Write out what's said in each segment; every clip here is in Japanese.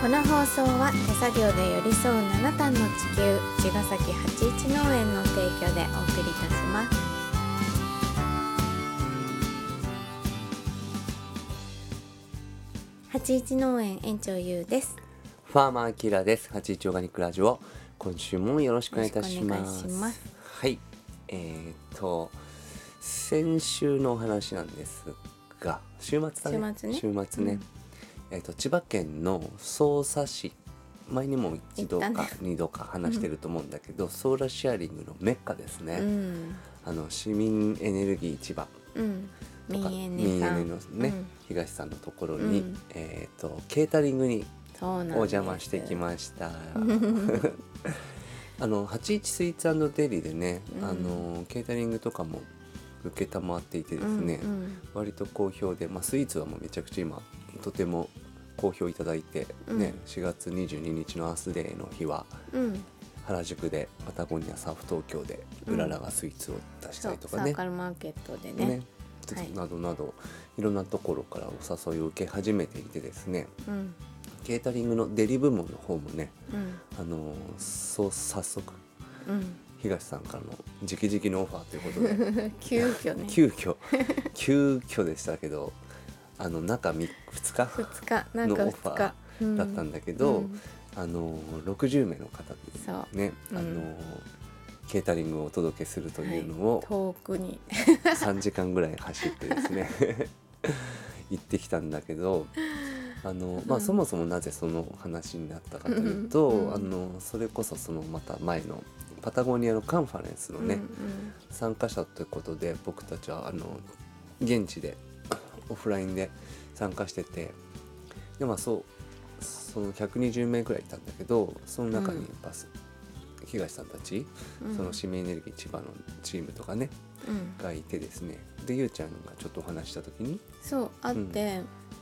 この放送は手作業で寄り添う7段の地球茅ヶ崎八一農園の提供でお送りいたします。八一農園園長ゆうです。 ファーマーキラです。八一オーガニックラジオ、今週もよろしくお願いいたします。はい、先週のお話なんですが、週末だね。週末ね、千葉県の匝瑳市、前にも一度か二度か話してると思うんだけど、ソーラーシェアリングのメッカですね。市民エネルギー市場とか、民エネのね、東さんのところに、ケータリングにお邪魔してきました。81スイーツ&デリでね、ケータリングとかも受けたまっていてですね、割と好評で、スイーツはもうめちゃくちゃ今とても好評いただいて、4月22日のアースデーの日は、原宿でパタゴニアサーフ東京でうららがスイーツを出したりとかね、 サーカルマーケットでね、 などなどいろんなところからお誘いを受け始めていてですね、ケータリングのデリ部門の方もね、早速、東さんからの直々のオファーということで急遽でしたけど、中2日のオファーだったんだけど、60名の方にね、ケータリングをお届けするというのを、 遠くに 3時間ぐらい走ってですね行ってきたんだけど、そもそもなぜその話になったかというと、それこそそのまた前のパタゴニアのカンファレンスのね、参加者ということで、僕たちは現地でオフラインで参加してて、でその120名くらいいたんだけど、その中にやっぱ、東さんたち、その市民エネルギー千葉のチームとかね、がいてですね、でゆうちゃんがちょっとお話した時にあって、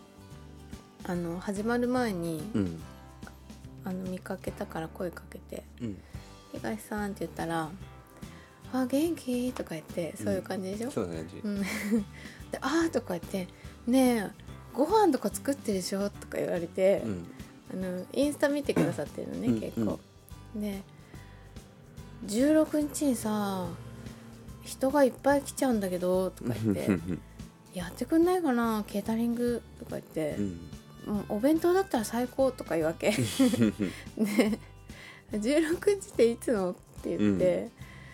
始まる前に、見かけたから声かけて、東さんって言ったら、あ、元気とか言って、そういう感じでしょ、 そういう感じ、 で、あーとか言って、ねえご飯とか作ってるでしょとか言われて、インスタ見てくださってるのね、結構で、16日にさ人がいっぱい来ちゃうんだけどとか言ってやってくんないかなケータリングとか言って、お弁当だったら最高とか言うわけで、16日っていつのって言って、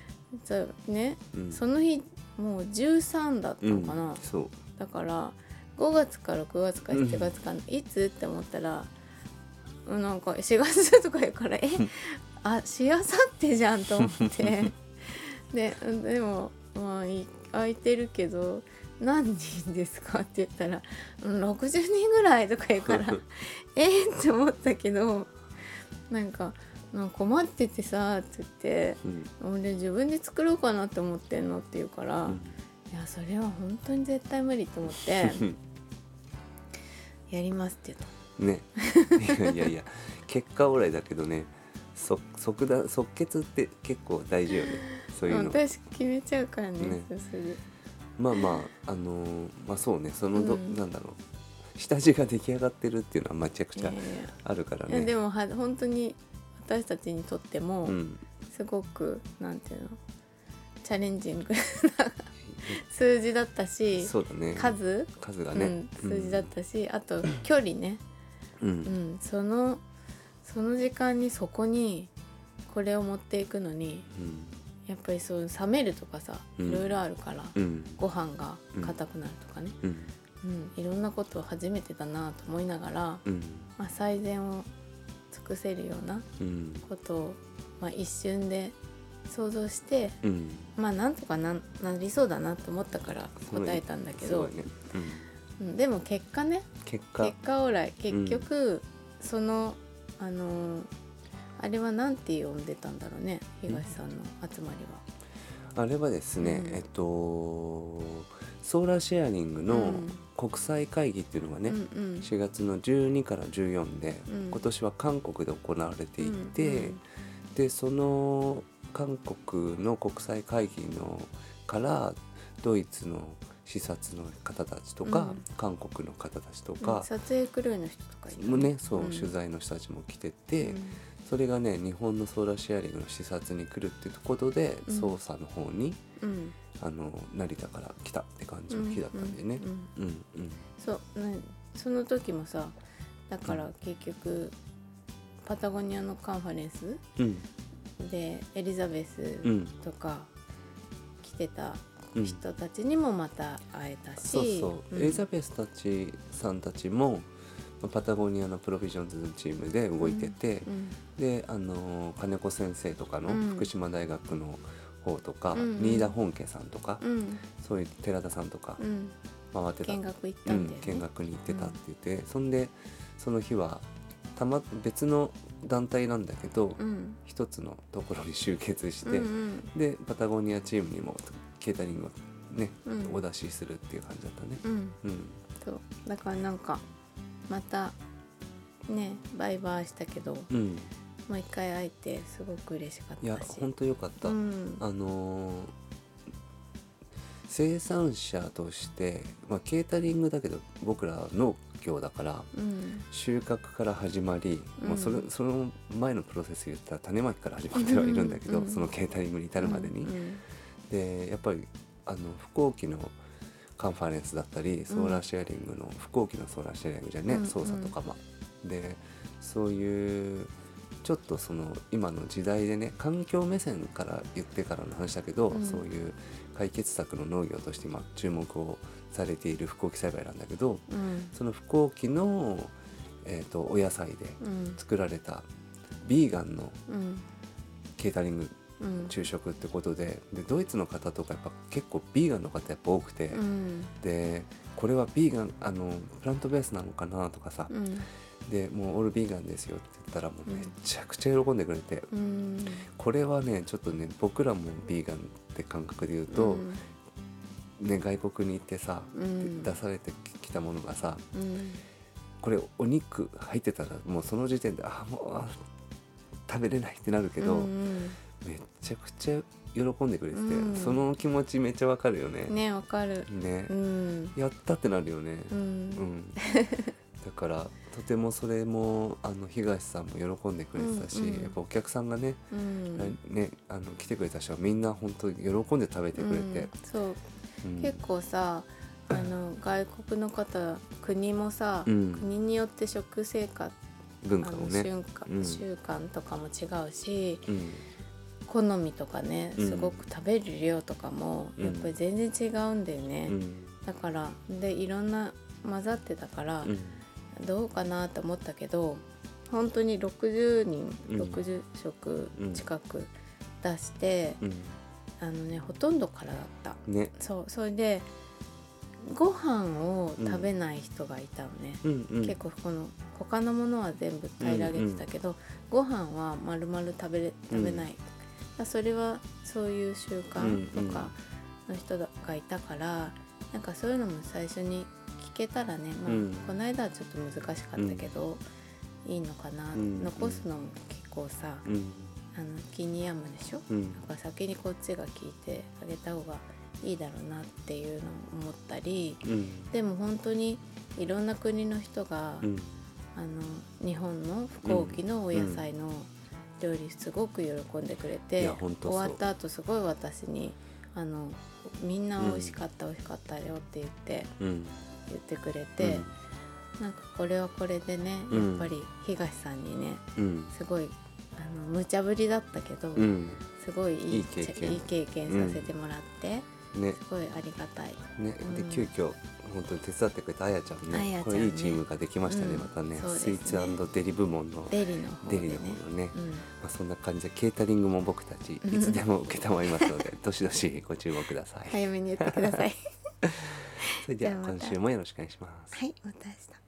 その日もう13だったのかな、だから5月か6月か7月か、いつって思ったら、なんか4月とか言うからしあさってじゃんと思ってでも空いてるけど何人ですかって言ったら、60人ぐらいとか言うからって思ったけど、なんか困っててさって言って、俺自分で作ろうかなって思ってんのって言うから、いやそれは本当に絶対無理と思ってやりますって言ったねいや結果オーライだけどね、即決って結構大事よね、そういうの。 私決めちゃうからね、それでそうね、なんだろう、下地が出来上がってるっていうのはめちゃくちゃあるからね。 でも本当に私たちにとってもすごく、なんていうの、チャレンジングな数字だったし、 そうだね、 数がね、数字だったし、あと距離ね、その時間にそこにこれを持っていくのに、やっぱりそう冷めるとかさ、いろいろあるから、ご飯が硬くなるとかね、いろんなことを初めてだなと思いながら、最善を尽くせるようなことを、一瞬で想像して、なんとか なりそうだなと思ったから答えたんだけど、でも結果オーライ、結局そのあれはなんて呼んでたんだろうね、東さんの集まりは。 あれはですね、ソーラーシェアリングの国際会議っていうのがね、4月の12から14で、今年は韓国で行われていて、でその韓国の国際会議のからドイツの視察の方たちとか、韓国の方たちとか、 撮影クルーの人とかいるもね、そう、取材の人たちも来てて、それがね日本のソーラーシェアリングの視察に来るっていうことで、捜査の方に、成田から来たって感じの日だったんでね。 その時もさ、だから結局パタゴニアのカンファレンス、でエリザベスとか来てた人たちにもまた会えたし、 エリザベスさんたちもパタゴニアのプロビジョンズのチームで動いてて、で金子先生とかの福島大学の方とか、新田本家さんとか、そういう寺田さんとか回ってた、 見学行ったんだよね、 見学に行ってたって言って、そんでその日は別の団体なんだけど、一つのところに集結して、でパタゴニアチームにもケータリングをね、お出しするっていう感じだったね。 そうだからなんかまたねバイバイしたけど、もう一回会えてすごく嬉しかったし。 いや本当よかった。生産者として、ケータリングだけど僕ら農業だから、収穫から始まり、もうその前のプロセス言ったら種まきから始まってはいるんだけど、そのケータリングに至るまでに、でやっぱり飛行機のカンファレンスだったり、ソーラーシェアリングの飛行機のソーラーシェアリングじゃね、操作とかでそういうちょっとその今の時代でね、環境目線から言ってからの話だけど、そういう解決策の農業として今注目をされている不耕起栽培なんだけど、その不耕起の、お野菜で作られたビーガンのケータリング、昼食ってことで、ドイツの方とかやっぱ結構ビーガンの方やっぱ多くて、でこれはビーガンプラントベースなのかなとかさ、でもうオールビーガンですよって言ったらもうめちゃくちゃ喜んでくれて、これはねちょっとね僕らもビーガンって感覚で言うと、外国に行ってさ、出されてきたものがさ、これお肉入ってたらもうその時点でもう食べれないってなるけど、めちゃくちゃ喜んでくれてて、その気持ちめっちゃわかるよね。 ね、わかるね、やったってなるよね。だからとてもそれも東さんも喜んでくれてたし、やっぱお客さんがね、来てくれた人はみんな本当に喜んで食べてくれて、 そう、結構さ外国の方、国もさ、国によって食生活文化もね、 習慣とかも違うし、好みとかね、すごく食べる量とかもやっぱり全然違うんだよね。だからでいろんな混ざってたから、どうかなと思ったけど、本当に60人、60食近く出して、ほとんどからだった、それでご飯を食べない人がいたのね、結構他のものは全部平らげてたけど、ご飯は丸々食べない、それはそういう習慣とかの人がいたから、なんかそういうのも最初に聞けたらね、この間はちょっと難しかったけど、いいのかな、残すのも結構さ、気に病むでしょ、だから先にこっちが聞いてあげた方がいいだろうなっていうのを思ったり、でも本当にいろんな国の人が、日本の不耕起のお野菜の料理すごく喜んでくれて、終わった後すごい私にみんな美味しかった、美味しかったよって言ってくれて、なんかこれはこれでね、やっぱり東さんにね、すごい無茶ぶりだったけど、すごいいい経験させてもらって、すごいありがたい。 で急遽本当に手伝ってくれたあやちゃんね、これいいチームができましたね、またね、スイーツ&デリ部門のデリの方ね、そんな感じでケータリングも僕たちいつでも承りますのでどしどしご注目ください。 早めに言ってください。 それでは今週もよろしくお願いします。 はい、また明日。